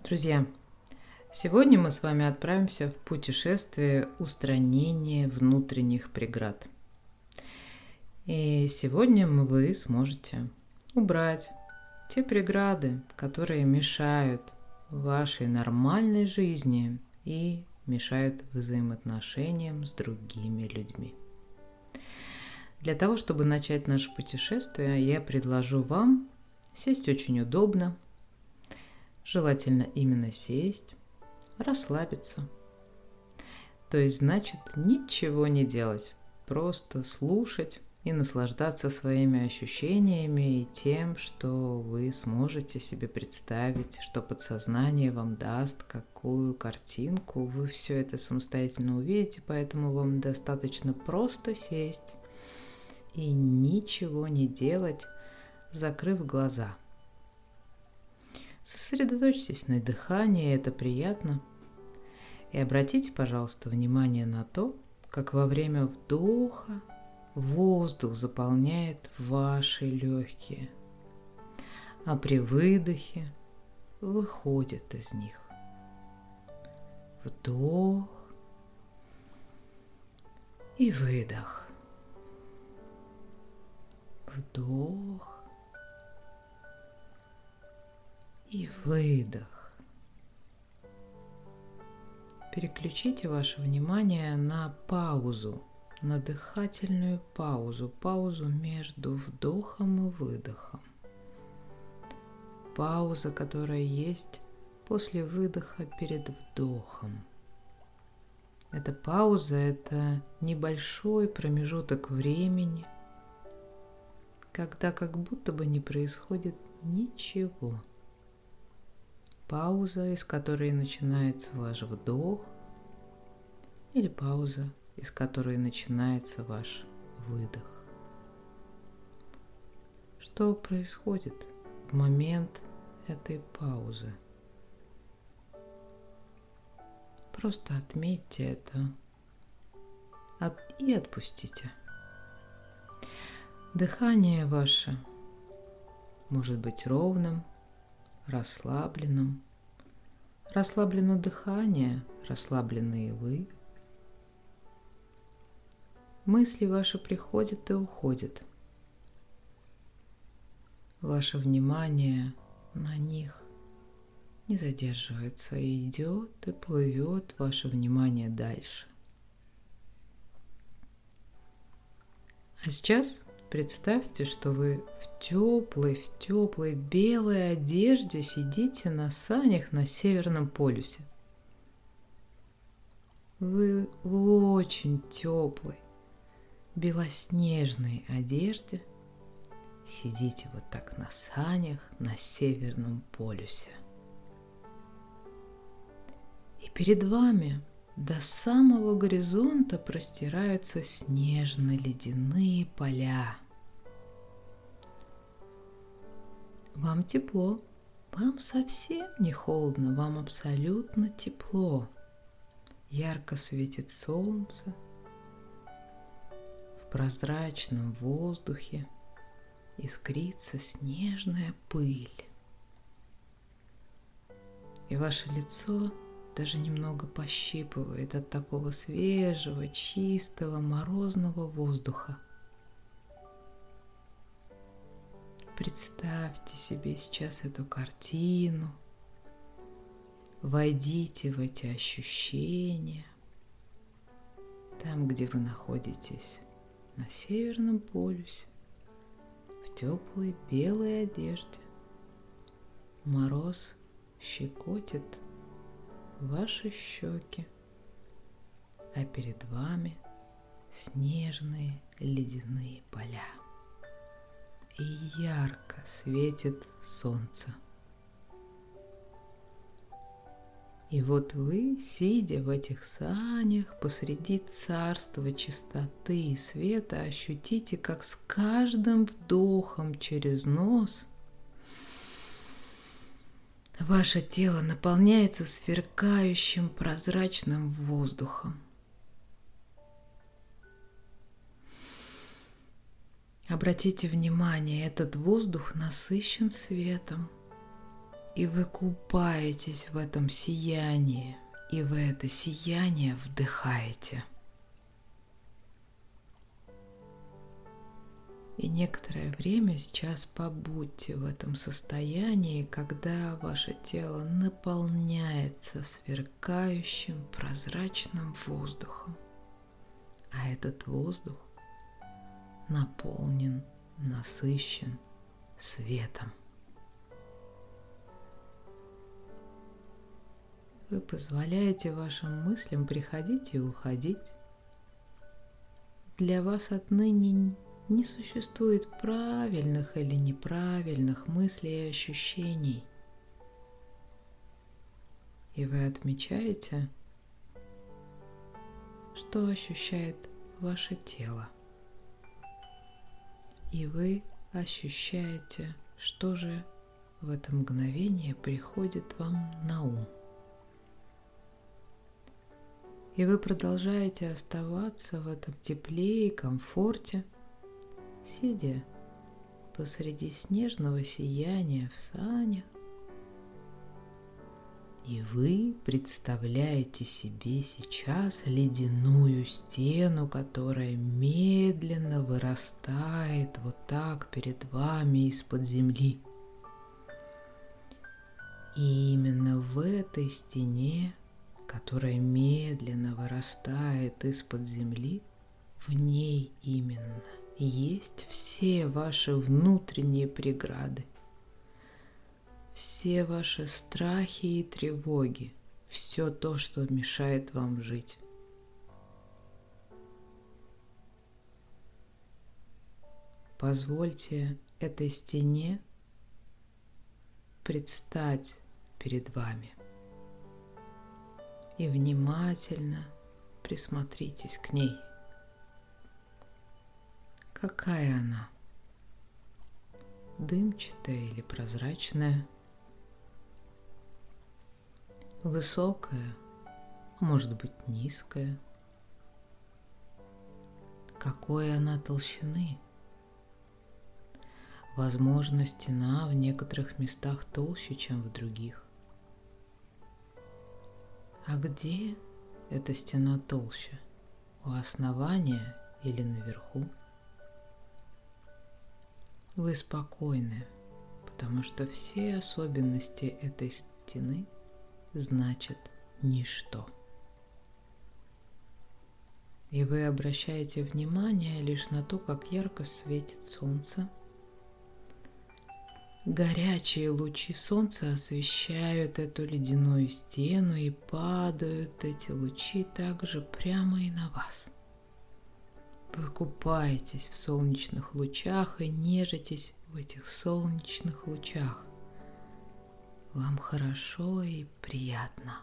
Друзья, сегодня мы с вами отправимся в путешествие устранения внутренних преград. И сегодня вы сможете убрать те преграды, которые мешают вашей нормальной жизни и мешают взаимоотношениям с другими людьми. Для того, чтобы начать наше путешествие, я предложу вам сесть очень удобно, желательно именно сесть, расслабиться. То есть, значит, ничего не делать, просто слушать и наслаждаться своими ощущениями и тем, что вы сможете себе представить, что подсознание вам даст, какую картинку, вы все это самостоятельно увидите, поэтому вам достаточно просто сесть и ничего не делать, закрыв глаза. Сосредоточьтесь на дыхании, это приятно. И обратите, пожалуйста, внимание на то, как во время вдоха воздух заполняет ваши легкие, а при выдохе выходит из них. Вдох и выдох. Вдох и выдох. Переключите ваше внимание на паузу, на дыхательную паузу, паузу между вдохом и выдохом. Пауза, которая есть после выдоха перед вдохом. Эта пауза – это небольшой промежуток времени, когда как будто бы не происходит ничего. Пауза, из которой начинается ваш вдох, или пауза, из которой начинается ваш выдох. Что происходит в момент этой паузы? Просто отметьте это и отпустите. Дыхание ваше может быть ровным, расслабленным. Расслаблено дыхание, расслаблены и вы. Мысли ваши приходят и уходят. Ваше внимание на них не задерживается, и идет и плывет ваше внимание дальше. А сейчас представьте, что вы в теплой белой одежде сидите на санях на Северном полюсе. Вы в очень теплой, белоснежной одежде сидите вот так на санях на Северном полюсе. И перед вами до самого горизонта простираются снежно-ледяные поля. Вам тепло, вам совсем не холодно, вам абсолютно тепло. Ярко светит солнце, в прозрачном воздухе искрится снежная пыль. И ваше лицо даже немного пощипывает от такого свежего, чистого, морозного воздуха. Представьте себе сейчас эту картину, войдите в эти ощущения, там, где вы находитесь, на Северном полюсе, в теплой белой одежде. Мороз щекочет ваши щеки, а перед вами снежные ледяные поля. И ярко светит солнце. И вот вы, сидя в этих санях посреди царства чистоты и света, ощутите, как с каждым вдохом через нос ваше тело наполняется сверкающим прозрачным воздухом. Обратите внимание, этот воздух насыщен светом. И вы купаетесь в этом сиянии, и вы это сияние вдыхаете. И некоторое время сейчас побудьте в этом состоянии, когда ваше тело наполняется сверкающим прозрачным воздухом. А этот воздух наполнен, насыщен светом. Вы позволяете вашим мыслям приходить и уходить. Для вас отныне не существует правильных или неправильных мыслей и ощущений. И вы отмечаете, что ощущает ваше тело. И вы ощущаете, что же в это мгновение приходит вам на ум. И вы продолжаете оставаться в этом тепле и комфорте, сидя посреди снежного сияния в санях. И вы представляете себе сейчас ледяную стену, которая медленно вырастает вот так перед вами из-под земли. И именно в этой стене, которая медленно вырастает из-под земли, в ней именно есть все ваши внутренние преграды, все ваши страхи и тревоги, все то, что мешает вам жить. Позвольте этой стене предстать перед вами. И внимательно присмотритесь к ней. Какая она? Дымчатая или прозрачная? Высокая, а может быть низкая? Какой она толщины? Возможно, стена в некоторых местах толще, чем в других. А где эта стена толще? У основания или наверху? Вы спокойны, потому что все особенности этой стены значат ничто. И вы обращаете внимание лишь на то, как ярко светит солнце. Горячие лучи солнца освещают эту ледяную стену, и падают эти лучи также прямо и на вас. Вы купаетесь в солнечных лучах и нежитесь в этих солнечных лучах. Вам хорошо и приятно.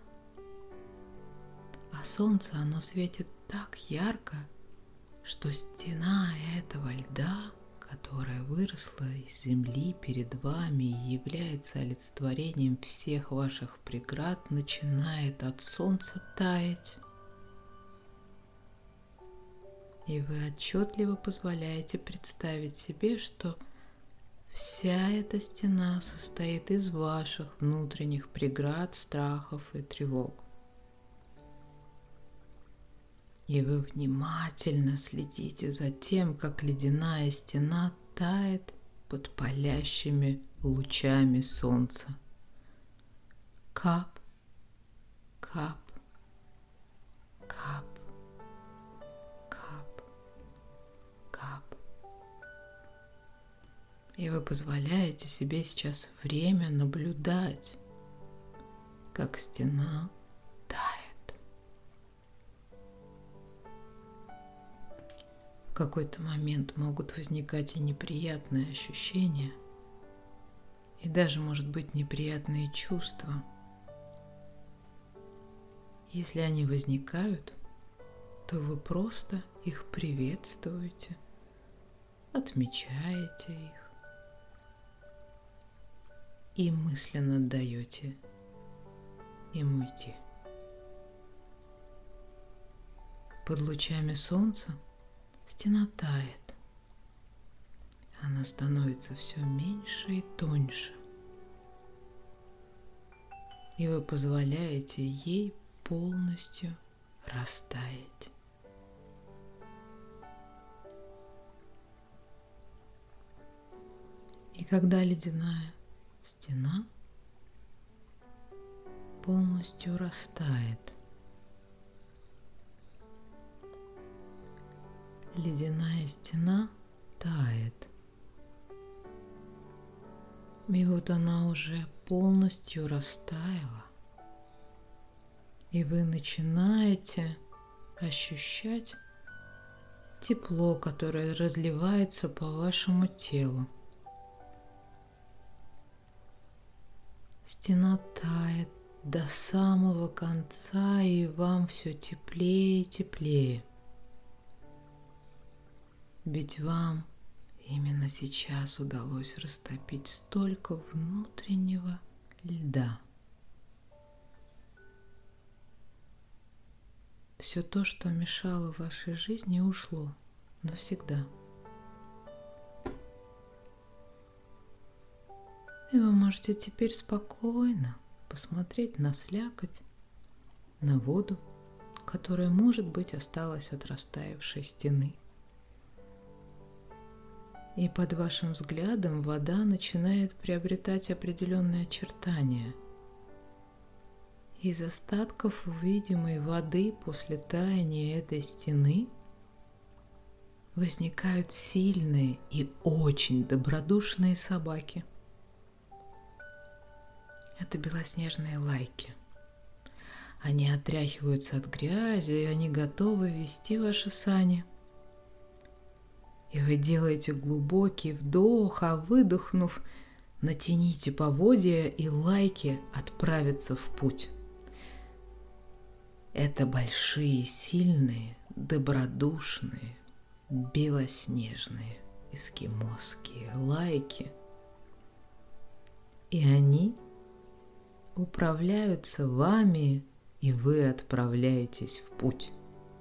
А солнце, оно светит так ярко, что стена этого льда, которая выросла из земли перед вами и является олицетворением всех ваших преград, начинает от солнца таять. И вы отчетливо позволяете представить себе, что вся эта стена состоит из ваших внутренних преград, страхов и тревог. И вы внимательно следите за тем, как ледяная стена тает под палящими лучами солнца. Кап, кап, кап, кап, кап. И вы позволяете себе сейчас время наблюдать, как стена тает. В какой-то момент могут возникать и неприятные ощущения, и даже, может быть, неприятные чувства. Если они возникают, то вы просто их приветствуете, отмечаете их и мысленно даете им уйти. Под лучами солнца стена тает. Она становится все меньше и тоньше. и вы позволяете ей полностью растаять. И когда ледяная стена полностью растает, ледяная стена тает. И вот она уже полностью растаяла. И вы начинаете ощущать тепло, которое разливается по вашему телу. Стена тает до самого конца, и вам все теплее и теплее. Ведь вам именно сейчас удалось растопить столько внутреннего льда. Все то, что мешало вашей жизни, ушло навсегда. И вы можете теперь спокойно посмотреть на слякоть, на воду, которая, может быть, осталась от растаявшей стены. И под вашим взглядом вода начинает приобретать определенные очертания. Из остатков видимой воды после таяния этой стены возникают сильные и очень добродушные собаки. Это белоснежные лайки. Они отряхиваются от грязи, и они готовы вести ваши сани. И вы делаете глубокий вдох, а выдохнув, натяните поводья, и лайки отправятся в путь. Это большие, сильные, добродушные, белоснежные эскимосские лайки. И они управляются вами, и вы отправляетесь в путь.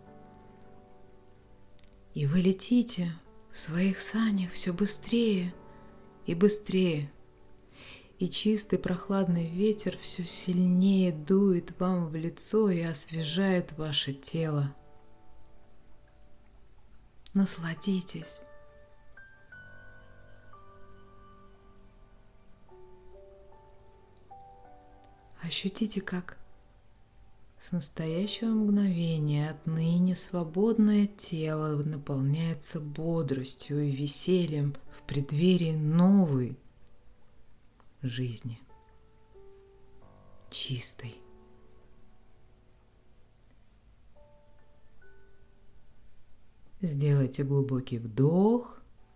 И вы летите в своих санях все быстрее и быстрее. И чистый прохладный ветер все сильнее дует вам в лицо и освежает ваше тело. Насладитесь. Ощутите, как с настоящего мгновения отныне свободное тело наполняется бодростью и весельем в преддверии новой жизни, чистой. Сделайте глубокий вдох.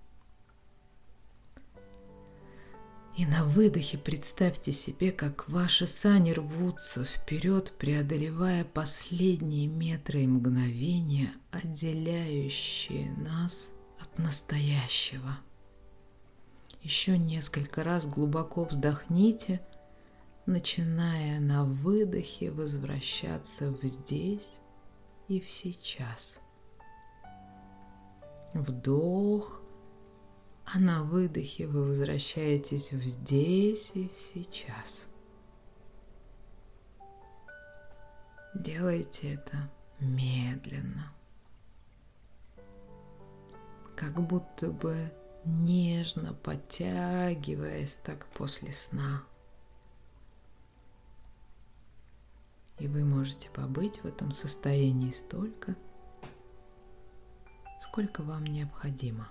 И на выдохе представьте себе, как ваши сани рвутся вперед, преодолевая последние метры и мгновения, отделяющие нас от настоящего. Еще несколько раз глубоко вздохните, начиная на выдохе возвращаться в здесь и в сейчас. Вдох. А на выдохе вы возвращаетесь в здесь и в сейчас. Делайте это медленно, как будто бы нежно подтягиваясь так после сна. И вы можете побыть в этом состоянии столько, сколько вам необходимо.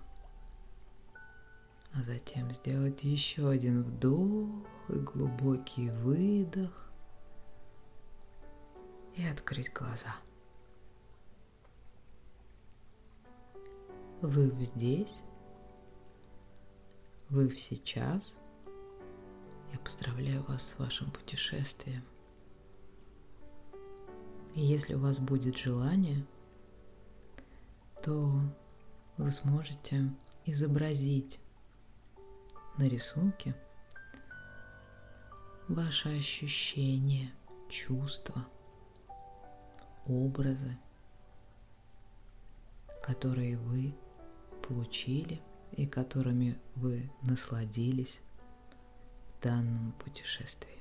А затем сделать еще один вдох и глубокий выдох и открыть глаза. Вы здесь, вы в сейчас. Я поздравляю вас с вашим путешествием. И если у вас будет желание, то вы сможете изобразить на рисунке ваши ощущения, чувства, образы, которые вы получили и которыми вы насладились в данном путешествии.